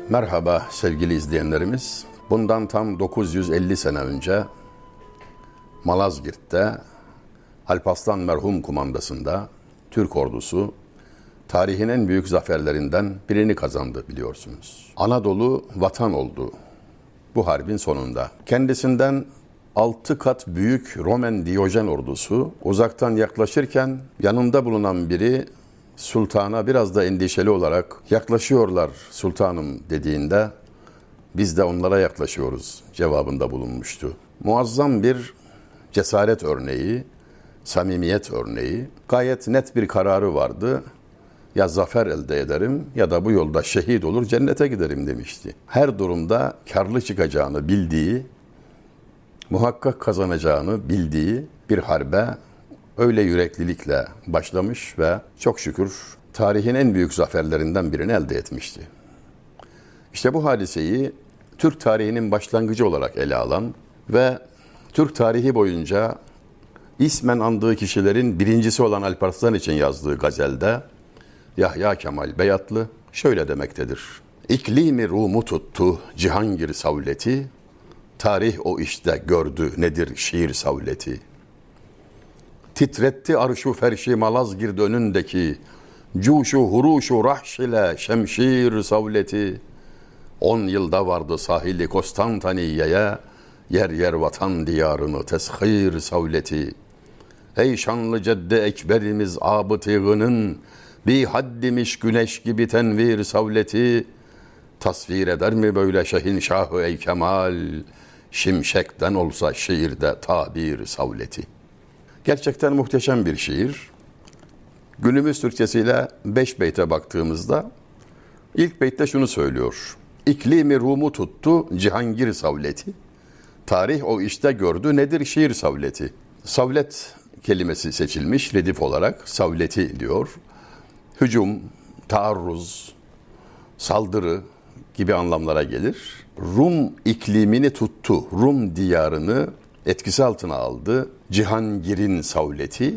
Merhaba sevgili izleyenlerimiz. Bundan tam 950 sene önce Malazgirt'te Alparslan merhum kumandasında Türk ordusu tarihin en büyük zaferlerinden birini kazandı biliyorsunuz. Anadolu vatan oldu bu harbin sonunda. Kendisinden 6 kat büyük Roman Diyojen ordusu uzaktan yaklaşırken yanında bulunan biri sultana biraz da endişeli olarak yaklaşıyorlar sultanım dediğinde biz de onlara yaklaşıyoruz cevabında bulunmuştu. Muazzam bir cesaret örneği, samimiyet örneği, gayet net bir kararı vardı. Ya zafer elde ederim ya da bu yolda şehit olur cennete giderim demişti. Her durumda karlı çıkacağını bildiği, muhakkak kazanacağını bildiği bir harbe öyle yüreklilikle başlamış ve çok şükür tarihin en büyük zaferlerinden birini elde etmişti. İşte bu hadiseyi Türk tarihinin başlangıcı olarak ele alan ve Türk tarihi boyunca ismen andığı kişilerin birincisi olan Alparslan için yazdığı gazelde Yahya Kemal Beyatlı şöyle demektedir. İklimi Rum'u tuttu Cihangir savleti, tarih o işte gördü nedir şiir savleti. Titretti arşu ferşi Malazgirt önündeki, cuşu huruşu rahş ile şemşir savleti. 10 yılda vardı sahili Konstantiniye'ye, yer yer vatan diyarını teshir savleti. Ey şanlı cedde ekberimiz abı-tığının, bir haddimiş güneş gibi tenvir savleti. Tasvir eder mi böyle şehinşahı ey kemal, şimşekten olsa şiirde tabir savleti. Gerçekten muhteşem bir şiir. Günümüz Türkçesiyle 5 beyte baktığımızda ilk beytte şunu söylüyor. İklimi Rum'u tuttu Cihangir savleti. Tarih o işte gördü nedir şiir savleti. Savlet kelimesi seçilmiş redif olarak savleti diyor. Hücum, taarruz, saldırı gibi anlamlara gelir. Rum iklimini tuttu, Rum diyarını etkisi altına aldı. Cihangir'in savleti,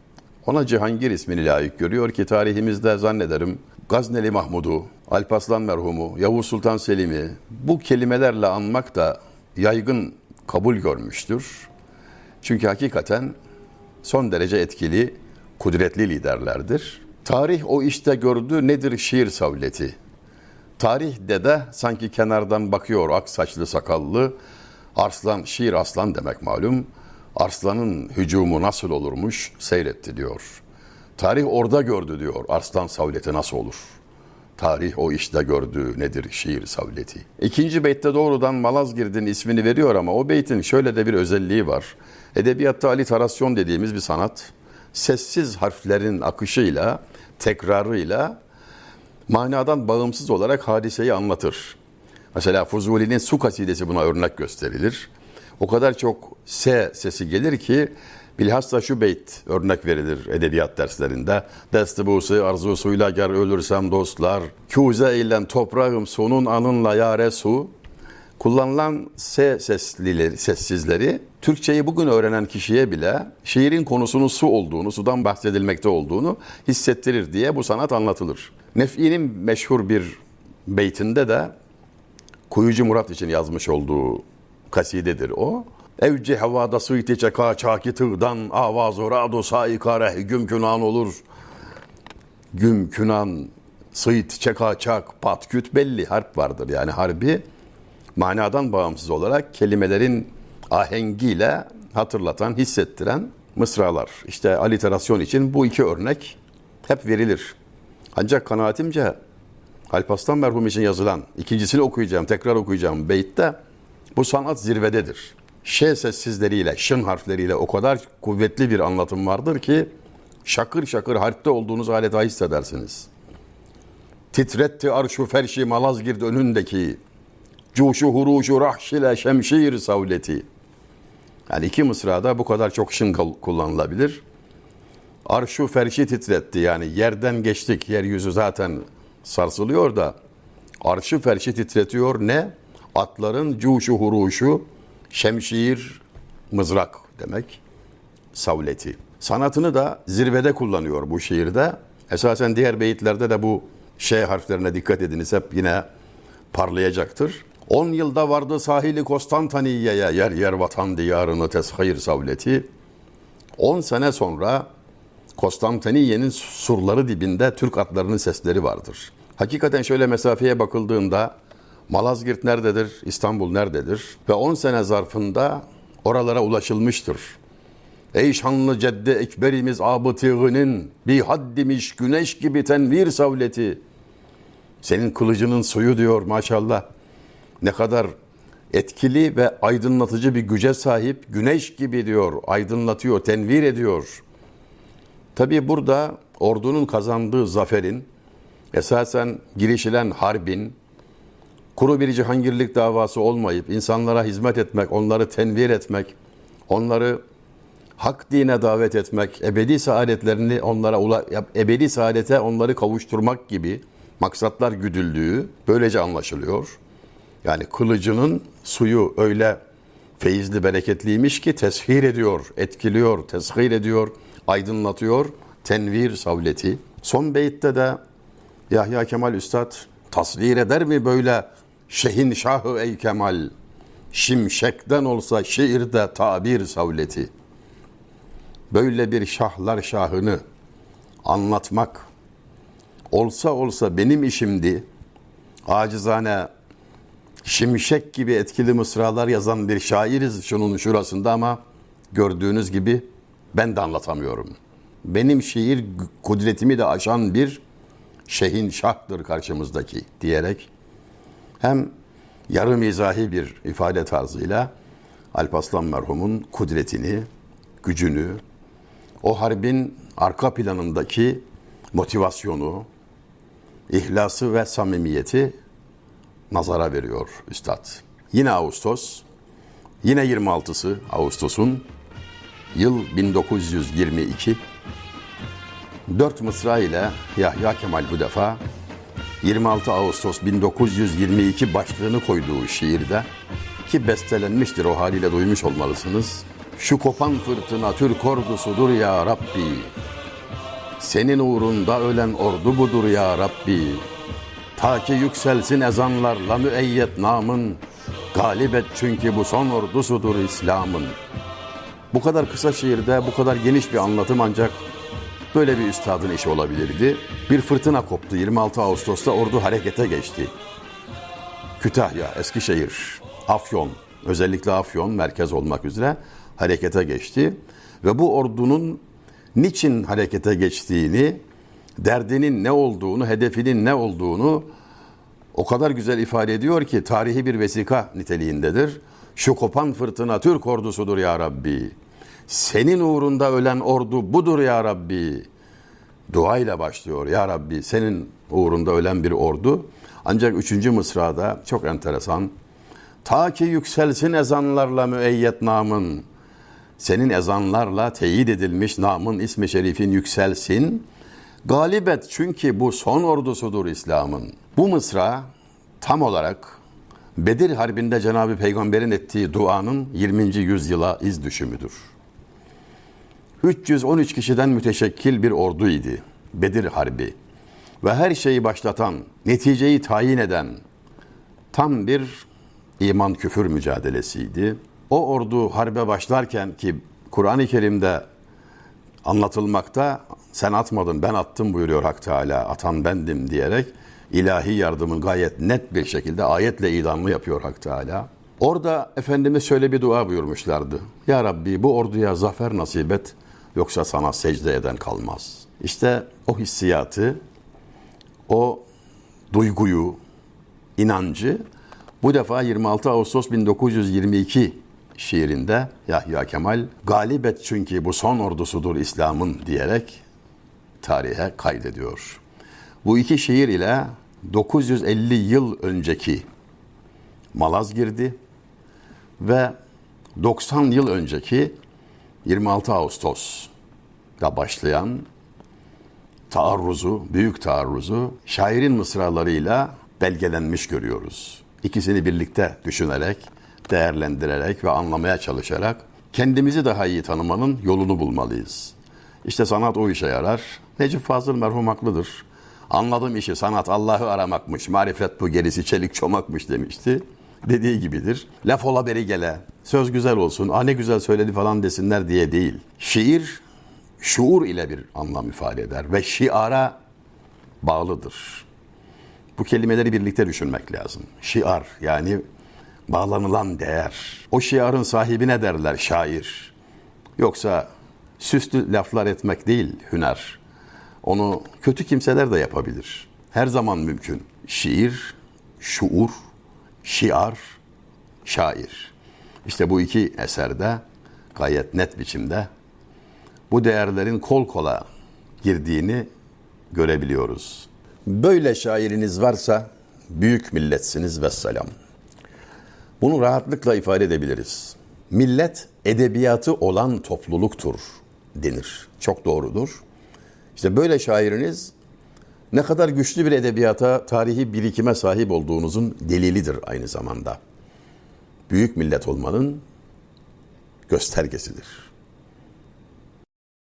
ona Cihangir ismini layık görüyor ki tarihimizde zannederim Gazneli Mahmud'u, Alparslan merhumu, Yavuz Sultan Selim'i bu kelimelerle anmak da yaygın kabul görmüştür. Çünkü hakikaten son derece etkili, kudretli liderlerdir. Tarih o işte gördü nedir şiir savleti. Tarihte de sanki kenardan bakıyor ak saçlı sakallı, Arslan, şiir aslan demek malum. Arslanın hücumu nasıl olurmuş seyretti diyor. Tarih orada gördü diyor. Arslan savleti nasıl olur? Tarih o işte gördü nedir şiir savleti. İkinci beytte doğrudan Malazgirt'in ismini veriyor ama o beytin şöyle de bir özelliği var. Edebiyatta aliterasyon dediğimiz bir sanat. Sessiz harflerin akışıyla, tekrarıyla manadan bağımsız olarak hadiseyi anlatır. Mesela Fuzuli'nin Su kasidesi buna örnek gösterilir. O kadar çok S sesi gelir ki bilhassa şu beyt örnek verilir edebiyat derslerinde. Desti busu arzusuyla ger ölürsem dostlar, küze eylen toprağım sonun anınla yare su. Kullanılan S sessizleri Türkçeyi bugün öğrenen kişiye bile şiirin konusunun su olduğunu, sudan bahsedilmekte olduğunu hissettirir diye bu sanat anlatılır. Nef'i'nin meşhur bir beytinde de Kuyucu Murat için yazmış olduğu kasidedir o. Evci havada suyti çeka çaki tığdan avaz-ı radu saikare gümkünan olur. Gümkünan, sıйt, çeka çak, pat, küt belli harp vardır. Yani harbi manadan bağımsız olarak kelimelerin ahengiyle hatırlatan, hissettiren mısralar. İşte aliterasyon için bu iki örnek hep verilir. Ancak kanaatimce Alparslan merhum için yazılan, ikincisini okuyacağım, tekrar okuyacağım beytte bu sanat zirvededir. Ş sessizleriyle, şın harfleriyle o kadar kuvvetli bir anlatım vardır ki şakır şakır harpte olduğunuz adeta hissedersiniz. Titretti arşu ferşi Malazgirt önündeki, cuşu huruşu rahş ile şemşir savleti. Yani iki mısrada bu kadar çok şın kullanılabilir. Arşu ferşi titretti, yani yerden geçtik, yeryüzü zaten sarsılıyor da arşı ferşi titretiyor ne? Atların cuşu huruşu, şemşir, mızrak demek, savleti. Sanatını da zirvede kullanıyor bu şiirde. Esasen diğer beyitlerde de bu Ş harflerine dikkat ediniz. Hep yine parlayacaktır. 10 yılda vardı sahili Konstantiniye'ye, yer yer vatan diyarını teshir savleti. 10 sene sonra Konstantiniye'nin surları dibinde Türk atlarının sesleri vardır. Hakikaten şöyle mesafeye bakıldığında Malazgirt nerededir, İstanbul nerededir? Ve 10 sene zarfında oralara ulaşılmıştır. Ey şanlı cedde ekberimiz abı-tığının bir haddimiş güneş gibi tenvir savleti. Senin kılıcının suyu diyor maşallah. Ne kadar etkili ve aydınlatıcı bir güce sahip, güneş gibi diyor, aydınlatıyor, tenvir ediyor. Tabii burada ordunun kazandığı zaferin, esasen girişilen harbin, kuru bir cihangirlik davası olmayıp insanlara hizmet etmek, onları tenvir etmek, onları hak dine davet etmek, ebedi saadetlerini ebedi saadete onları kavuşturmak gibi maksatlar güdüldüğü böylece anlaşılıyor. Yani kılıcının suyu öyle feyizli, bereketliymiş ki teshir ediyor, etkiliyor, teshir ediyor, aydınlatıyor, tenvir savleti. Son beytte de Yahya Kemal Üstad tasvir eder mi böyle şehin şahı ey Kemal, şimşekten olsa şiirde tabir savleti. Böyle bir şahlar şahını anlatmak olsa benim işimdi. Acizane şimşek gibi etkili mısralar yazan bir şairiz şunun şurasında ama gördüğünüz gibi ben de anlatamıyorum. Benim şiir kudretimi de aşan bir şehinşahtır karşımızdaki diyerek hem yarı mizahi bir ifade tarzıyla Alparslan merhumun kudretini, gücünü, o harbin arka planındaki motivasyonu, ihlası ve samimiyeti nazara veriyor üstad. Yine Ağustos, yine 26'sı Ağustos'un yıl 1922. 4 mısra ile Yahya Kemal bu defa 26 Ağustos 1922 başlığını koyduğu şiirde ki bestelenmiştir, o haliyle duymuş olmalısınız. Şu kopan fırtına Türk ordusudur ya Rabbi. Senin uğrunda ölen ordu budur ya Rabbi. Ta ki yükselsin ezanlarla müeyyet namın. Galip et çünkü bu son ordusudur İslam'ın. Bu kadar kısa şiirde bu kadar geniş bir anlatım ancak böyle bir üstadın işi olabilirdi. Bir fırtına koptu. 26 Ağustos'ta ordu harekete geçti. Kütahya, Eskişehir, Afyon, özellikle Afyon merkez olmak üzere harekete geçti. Ve bu ordunun niçin harekete geçtiğini, derdinin ne olduğunu, hedefinin ne olduğunu o kadar güzel ifade ediyor ki tarihi bir vesika niteliğindedir. Şu kopan fırtına Türk ordusudur ya Rabbi. Senin uğrunda ölen ordu budur ya Rabbi. Duayla başlıyor ya Rabbi, senin uğrunda ölen bir ordu. Ancak 3. mısrada çok enteresan. Ta ki yükselsin ezanlarla müeyyet namın. Senin ezanlarla teyit edilmiş namın, ismi şerifin yükselsin. Galip et çünkü bu son ordusudur İslam'ın. Bu mısra tam olarak Bedir Harbi'nde Cenab-ı Peygamber'in ettiği duanın 20. yüzyıla iz düşümüdür. 313 kişiden müteşekkil bir orduydu Bedir Harbi. Ve her şeyi başlatan, neticeyi tayin eden tam bir iman küfür mücadelesiydi. O ordu harbe başlarken ki Kur'an-ı Kerim'de anlatılmakta, sen atmadın ben attım buyuruyor Hak Teala, atan bendim diyerek ilahi yardımın gayet net bir şekilde ayetle ilanını yapıyor Hak Teala. Orada Efendimiz şöyle bir dua buyurmuşlardı. Ya Rabbi bu orduya zafer nasip et yoksa sana secde eden kalmaz. İşte o hissiyatı, o duyguyu, inancı bu defa 26 Ağustos 1922 şiirinde Yahya Kemal galip et çünkü bu son ordusudur İslam'ın diyerek tarihe kaydediyor. Bu iki şiir ile 950 yıl önceki Malazgirt'i ve 90 yıl önceki 26 Ağustos'ta başlayan taarruzu, büyük taarruzu şairin mısralarıyla belgelenmiş görüyoruz. İkisini birlikte düşünerek, değerlendirerek ve anlamaya çalışarak kendimizi daha iyi tanımanın yolunu bulmalıyız. İşte sanat o işe yarar. Necip Fazıl merhum haklıdır. Anladım işi, sanat Allah'ı aramakmış, marifet bu, gerisi çelik çomakmış demişti. Dediği gibidir. Laf ola beri gele, söz güzel olsun, ne güzel söyledi falan desinler diye değil. Şiir, şuur ile bir anlam ifade eder ve şiara bağlıdır. Bu kelimeleri birlikte düşünmek lazım. Şiar, yani bağlanılan değer. O şiarın sahibine derler şair. Yoksa süslü laflar etmek değil hüner. Onu kötü kimseler de yapabilir. Her zaman mümkün. Şiir, şuur, şiar, şair. İşte bu iki eserde gayet net biçimde bu değerlerin kol kola girdiğini görebiliyoruz. Böyle şairiniz varsa büyük milletsiniz vesselam. Bunu rahatlıkla ifade edebiliriz. Millet edebiyatı olan topluluktur denir. Çok doğrudur. İşte böyle şairiniz ne kadar güçlü bir edebiyata, tarihi birikime sahip olduğunuzun delilidir aynı zamanda. Büyük millet olmanın göstergesidir.